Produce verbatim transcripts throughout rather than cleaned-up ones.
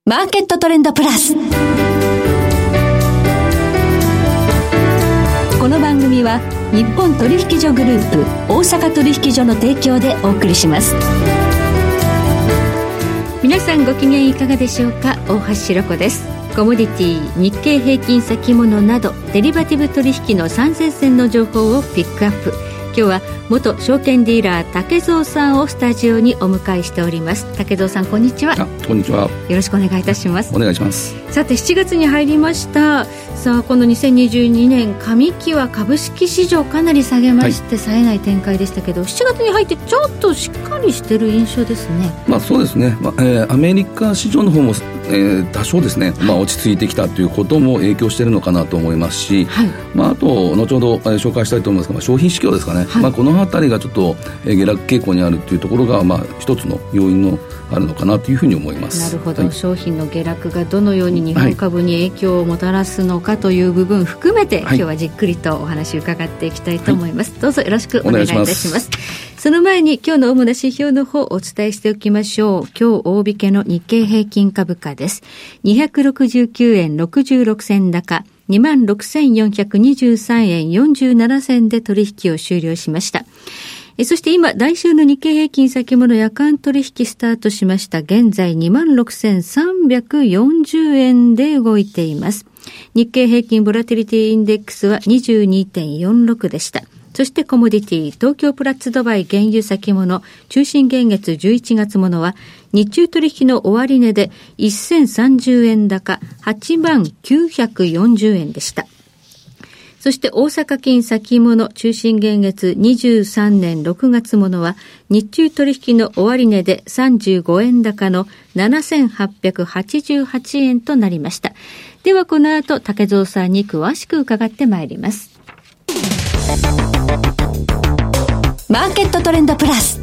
マーケットトレンドプラス。この番組は日本取引所グループ大阪取引所の提供でお送りします。 皆さんご機嫌いかがでしょうか。大橋ろ子です。コモディティ、日経平均先物などデリバティブ取引の最前線の情報をピックアップ。今日は元証券ディーラー竹蔵さんをスタジオにお迎えしております。竹蔵さん、こんにちは。 あ、こんにちは。 よろしくお願いいたします。 お願いします。 さて、しちがつに入りました。さあ、このにせんにじゅうにねん上期は株式市場かなり下げまして、はい、冴えない展開でしたけど、しちがつに入ってちょっとしっかりしてる印象ですね。 まあ、そうですね、まあえー、アメリカ市場の方も、えー、多少ですね、まあ、落ち着いてきたということも影響しているのかなと思いますし、はい、まあ、あと後ほど、えー、紹介したいと思いますが、まあ、商品市況ですかね、はい、まあ、このあたりがちょっと、えー、下落傾向にあるというところが、まあ、一つの要因のあるのかなというふうに思います。 なるほど、 はい、 商品の下落がどのように日本株に影響をもたらすのかという部分含めて、はい、今日はじっくりとお話を伺っていきたいと思います、はい、どうぞよろしくお願いいたします。お願いします。その前に今日の主な指標の方をお伝えしておきましょう。今日大引けの日経平均株価です。にひゃくろくじゅうきゅうえんろくじゅうろくせん高、 にまんろくせんよんひゃくにじゅうさんえんよんじゅうななせんで取引を終了しました。えそして今、来週の日経平均先物夜間取引スタートしました。現在 にまんろくせんさんびゃくよんじゅうえんで動いています。日経平均ボラティリティインデックスは にじゅうにてんよんろく でした。そしてコモディティ、東京プラッツドバイ原油先物中心現月じゅういちがつものは日中取引の終値でせんさんじゅうえん高 はちまんきゅうひゃくよんじゅうえんでした。そして大阪金先物中心現月にじゅうさんねんろくがつものは日中取引の終値でさんじゅうごえん高のななせんはっぴゃくはちじゅうはちえんとなりました。ではこの後竹蔵さんに詳しく伺ってまいります。 マーケットトレンドプラス。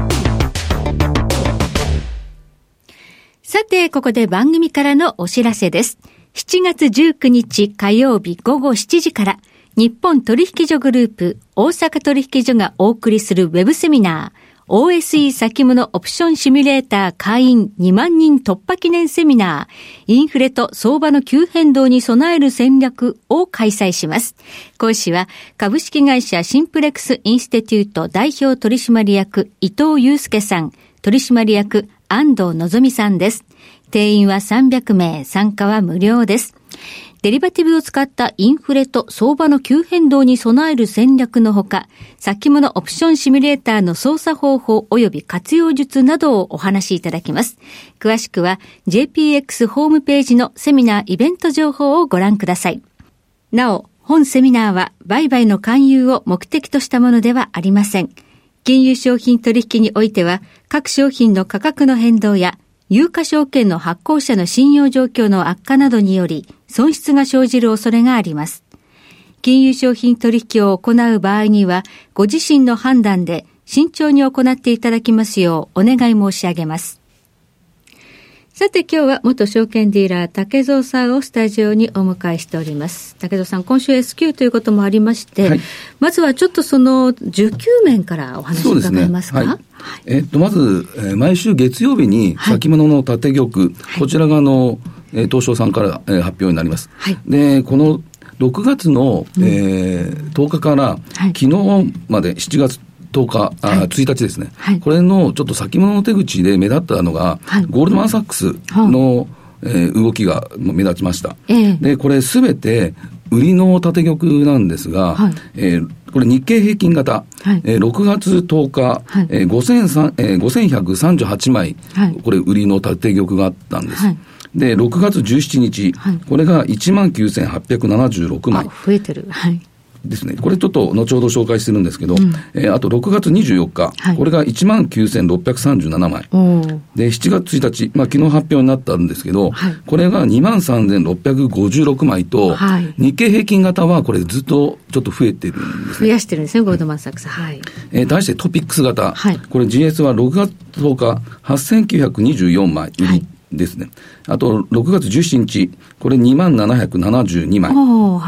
さて、ここで番組からのお知らせです。しちがつじゅうくにち火曜日ごごしちじから日本取引所グループ大阪取引所がお送りするウェブセミナー オーエスイー 先物オプションシミュレーター会員にまんにん突破記念セミナー、インフレと相場の急変動に備える戦略を開催します。講師は株式会社シンプレックスインスティテュート代表取締役伊藤祐介さん、取締役安藤のぞみさんです。定員はさんびゃくめい、参加は無料です。デリバティブを使ったインフレと相場の急変動に備える戦略のほか、先物オプションシミュレーターの操作方法及び活用術などをお話しいただきます。詳しくは ジェーピーエックス ホームページのセミナーイベント情報をご覧ください。なお、本セミナーは売買の勧誘を目的としたものではありません。金融商品取引においては、各商品の価格の変動や有価証券の発行者の信用状況の悪化などにより損失が生じる恐れがあります。金融商品取引を行う場合には、ご自身の判断で慎重に行っていただきますようお願い申し上げます。さて、今日は元証券ディーラー竹蔵さんをスタジオにお迎えしております。竹蔵さん、今週 エスキュー ということもありまして、はい、まずはちょっとその需給面からお話を伺えますか。そうですね。はい、 えー、っとまず、えー、毎週月曜日に先物の縦玉、はい、こちらがあの、えー、東証さんから、えー、発表になります。はい、でこのろくがつの、えー、とおかから、はい、昨日までしちがつとおか、あ、はい、ついたちですね、はい、これのちょっと先物の手口で目立ったのが、はい、ゴールドマンサックスの、うん、えー、動きが目立ちました、えー、でこれすべて売りの縦玉なんですが、はい、えー、これ日経平均型、はい、えー、ろくがつとおか、はい、えー、ごせんひゃくさんじゅうはちまい、はい、これ売りの縦玉があったんです、はい、でろくがつじゅうしちにち、はい、これがいちまんきゅうせんはっぴゃくななじゅうろくまい、 あ、増えてる、はいですね。これちょっと後ほど紹介してるんですけど、うん、えー、あとろくがつにじゅうよっか、はい、これが いちまんきゅうせんろっぴゃくさんじゅうななまいで、しちがつついたち、まあ、昨日発表になったんですけど、はい、これが にまんさんぜんろっぴゃくごじゅうろくまいと、はい、日経平均型はこれずっとちょっと増えてるんですね。 増やしてるんですね、ゴールドマンサックス、はい、 えー、対してトピックス型、はい、これ ジーエス はろくがつとおかはっせんきゅうひゃくにじゅうよんまい売りですね、はい、あとろくがつじゅうしちにちこれ にまんななひゃくななじゅうにまい、 はい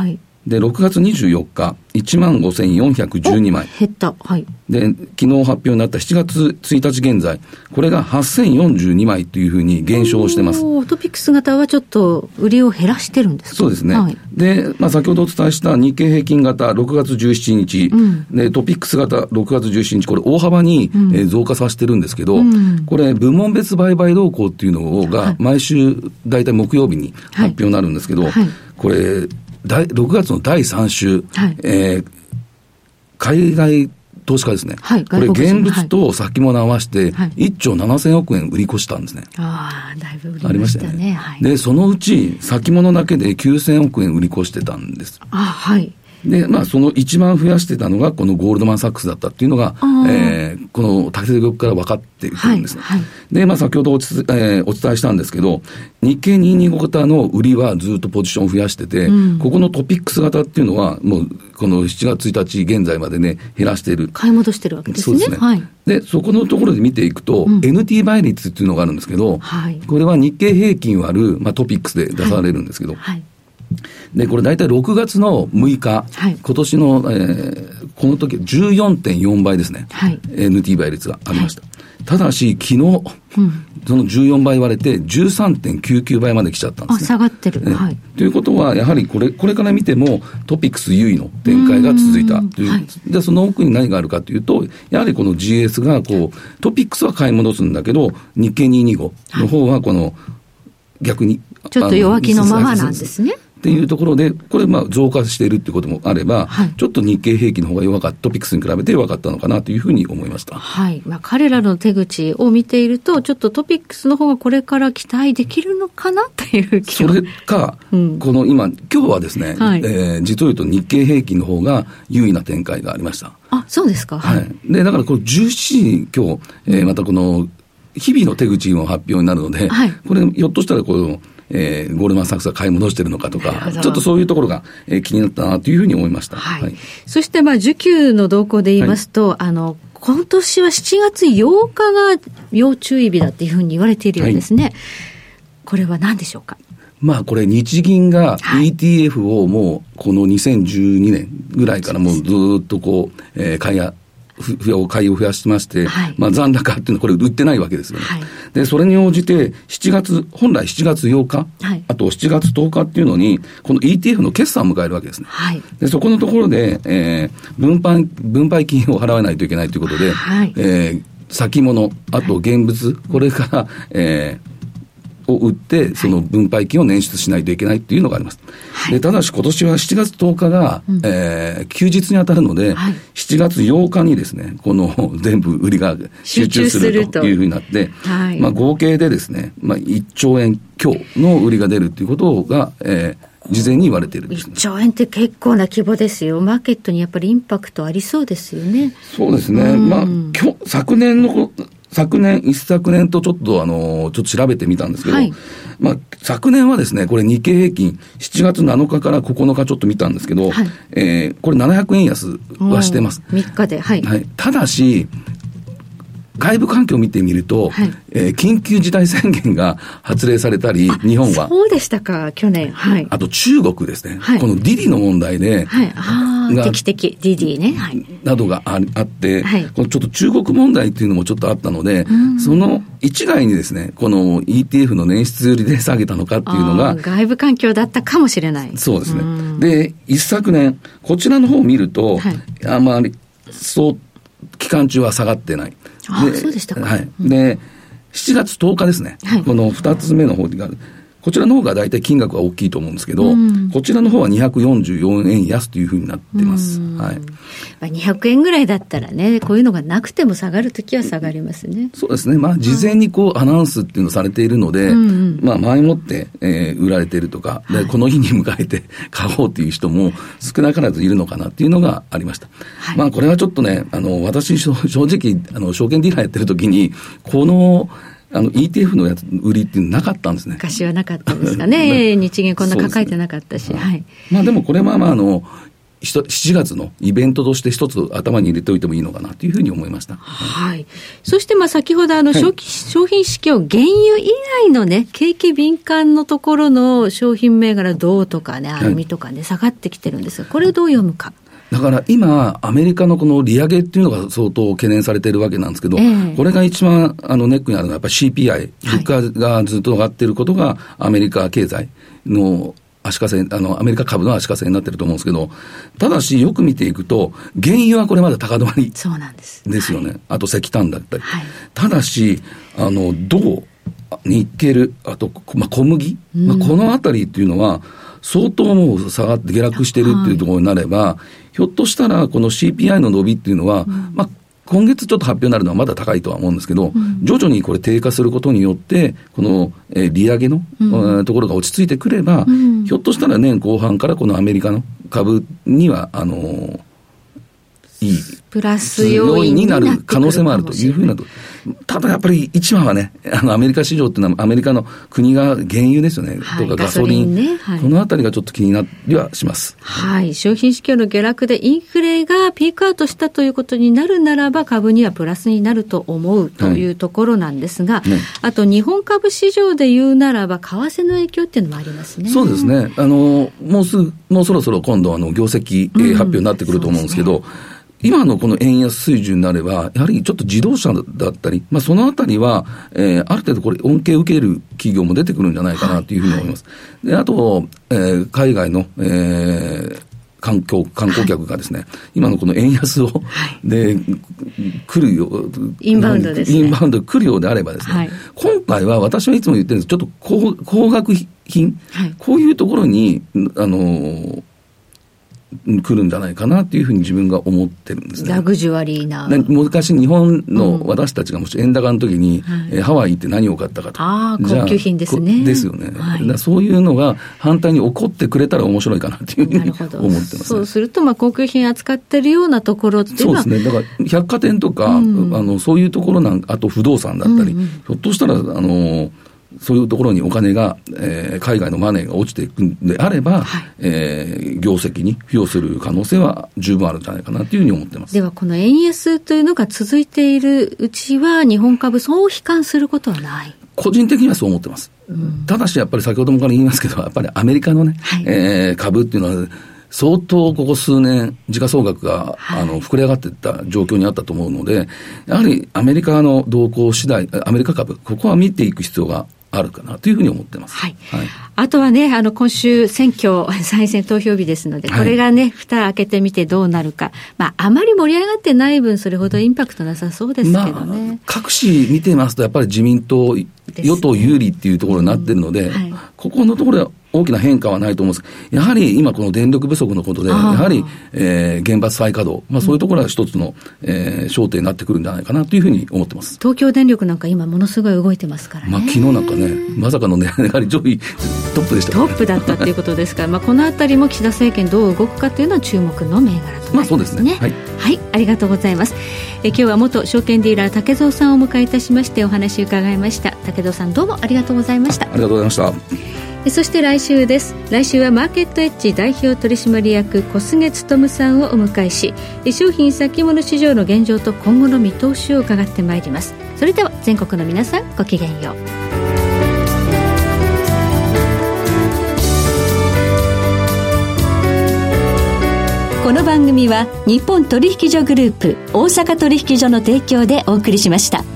で、ろくがつにじゅうよっか、いちまんごせんよんひゃくじゅうにまい。 減った。はい。 で、昨日発表になったしちがつついたち現在、これがはっせんよんじゅうにまいというふうに減少してます。 トピックス型はちょっと売りを減らしてるんですか？ そうですね。 はい、 で、まあ、先ほどお伝えした日経平均型ろくがつじゅうしちにち、うん、で、トピックス型ろくがつじゅうしちにち、これ大幅に、うん、えー、増加させてるんですけど、うん、これ部門別売買動向っていうのが毎週大体木曜日に発表になるんですけど、はいはい、これ、ろくがつのだいさん週、はい、えー、海外投資家ですね、はい、これ現物と先物合わせていっちょうななせんおくえん売り越したんですね。 ああ、だいぶ売りましたね。ありましたね。はい、 で、そのうち先物だけできゅうせんおくえん売り越してたんです。 あ、はい。 で、まあ、その一番増やしてたのがこのゴールドマンサックスだったっていうのが、えー、この縦玉から分かっているんですね。はいはい、で、まあ、先ほどおつ、えー、お伝えしたんですけど、日経にひゃくにじゅうご型の売りはずっとポジションを増やしてて、うん、ここのトピックス型っていうのは、もう、このしちがつついたち現在までね、減らしている。 買い戻してるわけですね。 そうですね。 はい。 で、そこのところで見ていくと、うん、エヌティー 倍率っていうのがあるんですけど、はい、これは日経平均割る、まあ、トピックスで出されるんですけど、はいはいで、これ大体ろくがつのむいか、はい、今年の、えー、この時 じゅうよんてんよんばいですね、はい、エヌティー 倍率がありました。はい、ただし、昨日、うん、そのじゅうよんばい割れて じゅうさんてんきゅうきゅうばいまで来ちゃったんですね。 あ、下がってる。 ね、 はい。 ということは、やはりこれ、これから見てもトピックス優位の展開が続いたという。はい、で、その奥に何があるかというと、やはりこの ジーエス がこう、トピックスは買い戻すんだけど、日経にひゃくにじゅうごの方はこの、逆に。 ちょっと弱気のままなんですね。 っていうところで、これまあ増加しているっていうこともあれば、はい、ちょっと日経平均の方が弱かった、トピックスに比べて弱かったのかなというふうに思いました。 はい。まあ彼らの手口を見ていると、ちょっとトピックスの方がこれから期待できるのかなという気が。 それか、うん、この今、今日はですね、はい、えー、実を言うと日経平均の方が優位な展開がありました。 あ、そうですか。 はい。で、だからこれじゅうしちじに今日、えー、またこの、日々の手口の発表になるので、はい、これ、ひょっとしたらこの、えー、ゴールドマンサックスが買い戻してるのかとか、ちょっとそういうところが、えー、気になったなというふうに思いました。 はい。はい、そして、まあ、需給の動向で言いますと、はい、あの、今年はしちがつようかが要注意日だっていうふうに言われているようですね。はい、これは何でしょうか。 まあこれ日銀が イーティーエフ をもうこのにせんじゅうにねんぐらいからもうずっとこう、えー、買いや買いを増やしまして、はい、まあ残高っていうのはこれ売ってないわけですよね。はい、で、それに応じてしちがつ、本来しちがつようか、はい、あとしちがつとおかっていうのに、この イーティーエフ の決算を迎えるわけですね。はい、で、そこのところで、えー、分配、分配金を払わないといけないということで、はい、えー、先物、あと現物、はい、これから、えー、を売って、その分配金を捻出しないといけないっていうのがあります。はい、で、ただし今年はしちがつとおかが、うん、えー、休日に当たるので、はい、しちがつようかにですね、この全部売りが集中するというふうになって、はい、まあ合計でですね、まあいっちょうえん強の売りが出るということが、えー、事前に言われているんです、ね。いっちょうえんって結構な規模ですよ。マーケットにやっぱりインパクトありそうですよね。そうですね。まあ、今日、昨年の昨年、一昨年とちょっとあの、ちょっと調べてみたんですけど、はい、まあ、昨年はですね、これ日経平均しちがつなのかからここのかちょっと見たんですけど、はい、えー、これななひゃくえん安はしてます。 みっかで、はい。 はい。ただし、外部環境を見てみると、はい、えー、緊急事態宣言が発令されたり、日本は。 そうでしたか、去年。はい。 あと中国ですね。はい、このディディの問題で。 はい。ああ、敵的、ディディね。はい。 などがああって、はい、このちょっと中国問題っていうのもちょっとあったので、その一概にですね、この イーティーエフ の捻出売りで下げたのかっていうのが。 外部環境だったかもしれない。 そうですね。で、一昨年、こちらの方を見ると、はい、あまり、そう、期間中は下がってない。 ああ、そうでしたか。 はい。で、しちがつとおかですね。はい、この二つ目の方がある。こちらの方が大体金額は大きいと思うんですけど、うん、こちらの方はにひゃくよんじゅうよえん安というふうになってます。はい。 まあ、にひゃくえんぐらいだったらね、こういうのがなくても下がるときは下がりますね。 そうですね。まあ、事前にこう、アナウンスっていうのをされているので、うんうん、まあ、前もって、えー、売られているとか、はい、で、この日に迎えて買おうっていう人も少なからずいるのかなっていうのがありました。はい、まあ、これはちょっとね、あの、私、正直、あの、証券ディーラーやってるときに、この、あの イーティーエフ のやつ売りっていうのなかったんですね。 昔はなかったですかね。日銀こんな抱えてなかったし。はい。 まあでもこれはまああのしちがつのイベントとして一つ頭に入れておいてもいいのかなというふうに思いました。 はい。そしてまあ先ほどあの商、はい、商品市況原油以外のね、景気敏感のところの商品銘柄銅とかね、アルミとかね、はい、下がってきてるんですが、これをどう読むか。 だから今、アメリカのこの利上げっていうのが相当懸念されているわけなんですけど、えー、これが一番あのネックにあるのはやっぱり シーピーアイ、物価がずっと上がっていることがアメリカ経済の足かせ、あの、アメリカ株の足かせになっていると思うんですけど、ただしよく見ていくと、原油はこれまだ高止まりですよね。はい、あと石炭だったり。はい、ただし、あの、銅、ニッケル、あと、まあ、小麦、うんまあ、このあたりっていうのは、相当もう下がって下落してるっていうところになれば、はい、ひょっとしたらこの シーピーアイ の伸びっていうのは、うん、まあ今月ちょっと発表になるのはまだ高いとは思うんですけど、うん、徐々にこれ低下することによってこの、えー、利上げの、うん、ところが落ち着いてくれば、うん、ひょっとしたら年後半からこのアメリカの株にはあのー、いいプラス要因になる可能性もあるというふうなと。ただやっぱり一番はね、あのアメリカ市場っていうのはアメリカの国が原油ですよね、はい、とかガソリン、ガソリンね、はい、このあたりがちょっと気になりはします。 はい、商品市況の下落でインフレがピークアウトしたということになるならば株にはプラスになると思うというところなんですが、はいね、あと日本株市場で言うならば為替の影響っていうのもありますね。 そうですね。あのもうすぐもうそろそろ今度あの業績、えー、発表になってくると思うんですけど。うん今のこの円安水準になれば、やはりちょっと自動車だったり、まあそのあたりは、えー、ある程度これ恩恵を受ける企業も出てくるんじゃないかなというふうに思います。はいはい、で、あと、えー、海外の、えー、観光、観光客がですね、はい、今のこの円安を、はい、で、来るよう、 インバウンドですね。 インバウンド来るようであればですね、はい、今回は私はいつも言ってるんです、ちょっと 高, 高額品、はい、こういうところに、あのー、来るんじゃないかなというふうに自分が思ってるんですね。 ラグジュアリーな。 昔日本の私たちがもし円高の時に、うんはいえー、ハワイ行って何を買ったかと。 ああ、高級品ですね。 ですよね。はい、だそういうのが反対に起こってくれたら面白いかなというふうに思ってます、ね。 そうすると、まあ、高級品扱ってるようなところっていうのは。 そうですね。だから百貨店とか、うん、あのそういうところなんか、あと不動産だったり、うんうん、ひょっとしたら、あの、そういうところにお金が、えー、海外のマネーが落ちていくんであれば、はい、えー、業績に付与する可能性は十分あるんじゃないかなというふうに思ってます。 ではこの円安というのが続いているうちは日本株そう悲観することはない？ 個人的にはそう思ってます。うん、ただしやっぱり先ほどもから言いますけど、やっぱりアメリカのね、はい、えー、株っていうのは相当ここ数年時価総額が、はい、あの膨れ上がっていった状況にあったと思うので、やはりアメリカの動向次第、アメリカ株ここは見ていく必要があるかなというふうに思ってます。 はい。はい、あとはね、あの、今週選挙、参院選投票日ですので、これがね、はい、蓋開けてみてどうなるか。まあ、あまり盛り上がってない分、それほどインパクトなさそうですけどね。まあ、 各紙見てますと、やっぱり自民党、与党有利っていうところになってるので、うんはい、ここのところでは大きな変化はないと思うんですやはり今この電力不足のことで、やはり、えー、原発再稼働、まあそういうところが一つの、えー、焦点になってくるんじゃないかなというふうに思ってます。 東京電力なんか今ものすごい動いてますからね。 まあ昨日なんかね、まさかのね、やはり上位トップでしたからね。 トップだったということですから、まあこのあたりも岸田政権どう動くかというのは注目の銘柄となりますね。まあそうですね。はい。はい、ありがとうございます。え今日は元証券ディーラー竹蔵さんをお迎えいたしましてお話伺いました。竹蔵さんどうもありがとうございました。 ありがとうございました。 そして来週です。来週はマーケットエッジ代表取締役小菅勉さんをお迎えし、商品先物市場の現状と今後の見通しを伺ってまいります。それでは全国の皆さんごきげんよう。 この番組は日本取引所グループ大阪取引所の提供でお送りしました。